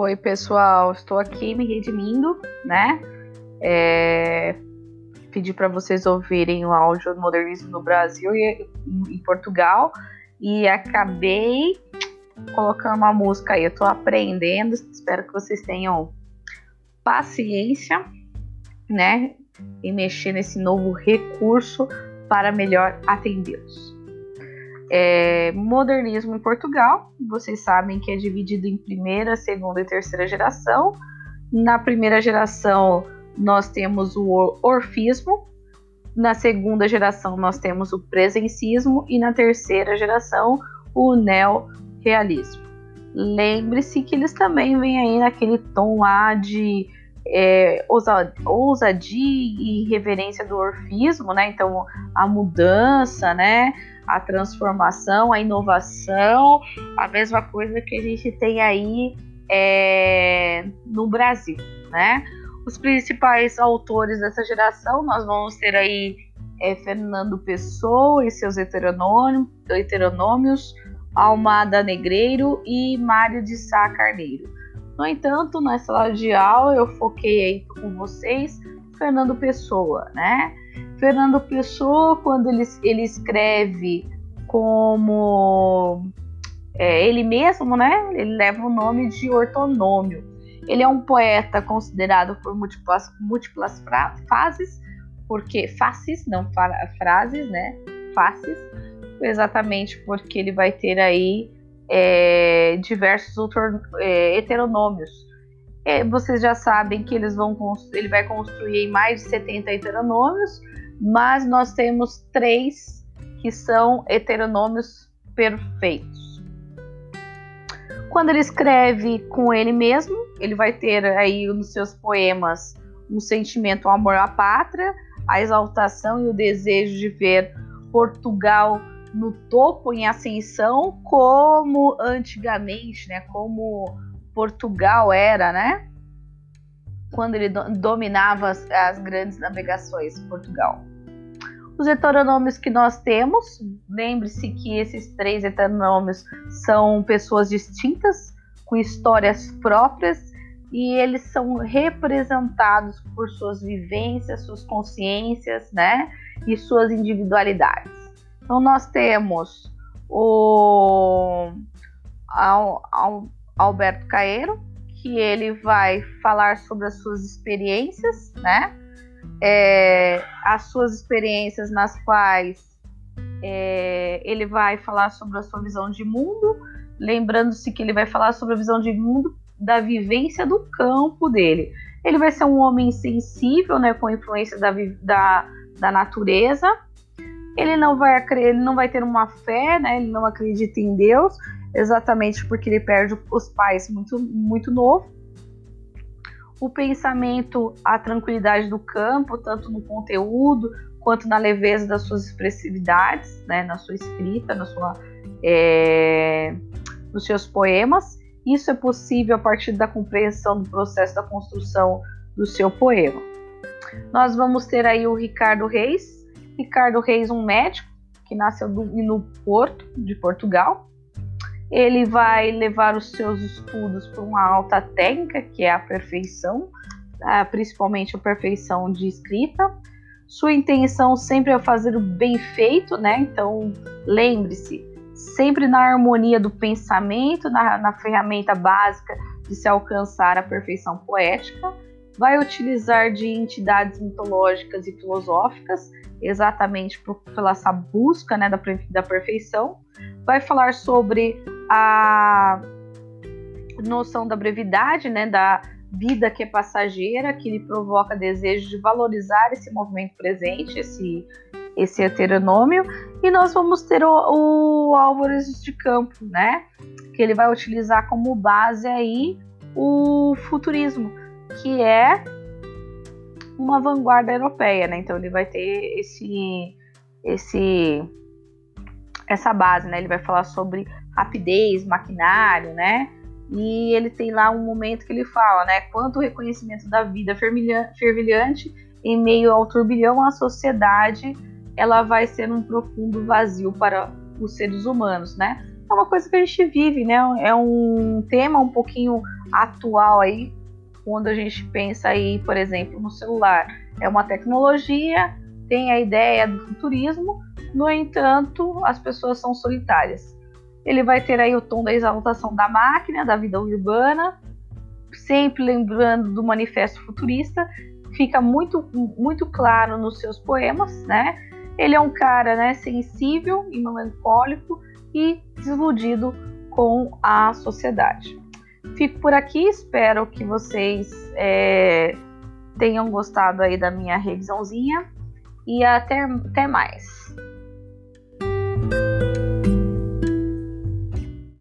Oi, pessoal, estou aqui me redimindo, né? Pedi para vocês ouvirem o áudio do Modernismo no Brasil e em Portugal e acabei colocando uma música aí. Eu estou aprendendo, espero que vocês tenham paciência, né? E mexer nesse novo recurso para melhor atendê-los. Modernismo em Portugal, vocês sabem que é dividido em primeira, segunda e terceira geração. Na primeira geração nós temos o orfismo, na segunda geração nós temos o presencismo e na terceira geração o neorrealismo. Lembre-se que eles também vêm aí naquele tom lá de ousadia e reverência do orfismo, né? Então a mudança, né? A transformação, a inovação, a mesma coisa que a gente tem aí no Brasil, né? Os principais autores dessa geração, nós vamos ter aí Fernando Pessoa e seus heteronômios, Almada Negreiro e Mário de Sá Carneiro. No entanto, na sala de aula eu foquei aí com vocês Fernando Pessoa, né? Fernando Pessoa, quando ele escreve como ele mesmo, né? Ele leva o nome de ortonômio. Ele é um poeta considerado por múltiplas fases, porque faces, não frases, né? Faces, exatamente porque ele vai ter aí diversos heteronômios. Vocês já sabem que ele vai construir mais de 70 heteronômios, mas nós temos 3 que são heteronômios perfeitos. Quando ele escreve com ele mesmo, ele vai ter aí nos seus poemas um sentimento, o amor à pátria, a exaltação e o desejo de ver Portugal no topo, em ascensão, como antigamente, né? Como Portugal era, né? Quando ele dominava as grandes navegações, Portugal. Os heteronômios que nós temos, lembre-se que esses 3 heteronômios são pessoas distintas, com histórias próprias, e eles são representados por suas vivências, suas consciências, né? E suas individualidades. Então nós temos o Alberto Caeiro, que ele vai falar sobre as suas experiências, né? As suas experiências nas quais ele vai falar sobre a sua visão de mundo, lembrando-se que ele vai falar sobre a visão de mundo da vivência do campo dele. Ele vai ser um homem sensível, né, com influência da natureza. Ele não vai ter uma fé, né? Ele não acredita em Deus, exatamente porque ele perde os pais muito, muito novo. O pensamento, a tranquilidade do campo, tanto no conteúdo quanto na leveza das suas expressividades, né? Na sua escrita, nos seus poemas. Isso é possível a partir da compreensão do processo da construção do seu poema. Nós vamos ter aí o Ricardo Reis. Ricardo Reis, um médico que nasceu no Porto, de Portugal. Ele vai levar os seus estudos para uma alta técnica, que é a perfeição, principalmente a perfeição de escrita. Sua intenção sempre é fazer o bem feito, né? Então, lembre-se, sempre na harmonia do pensamento, na ferramenta básica de se alcançar a perfeição poética. Vai utilizar de entidades mitológicas e filosóficas, exatamente pela essa busca, né, da perfeição. Vai falar sobre a noção da brevidade, né, da vida que é passageira, que lhe provoca desejo de valorizar esse movimento presente, esse heteronômio. E nós vamos ter o Álvares de Campos, né, que ele vai utilizar como base aí o futurismo, que é uma vanguarda europeia, né? Então ele vai ter essa base, né? Ele vai falar sobre rapidez, maquinário, né? E ele tem lá um momento que ele fala, né? Quanto o reconhecimento da vida fervilhante em meio ao turbilhão, a sociedade ela vai ser um profundo vazio para os seres humanos, né? É uma coisa que a gente vive, né? É um tema um pouquinho atual aí, quando a gente pensa aí, por exemplo, no celular. É uma tecnologia, tem a ideia do futurismo, no entanto, as pessoas são solitárias. Ele vai ter aí o tom da exaltação da máquina, da vida urbana, sempre lembrando do manifesto futurista, fica muito, muito claro nos seus poemas, né? Ele é um cara, né, sensível e melancólico e desiludido com a sociedade. Fico por aqui, espero que vocês tenham gostado aí da minha revisãozinha e até mais.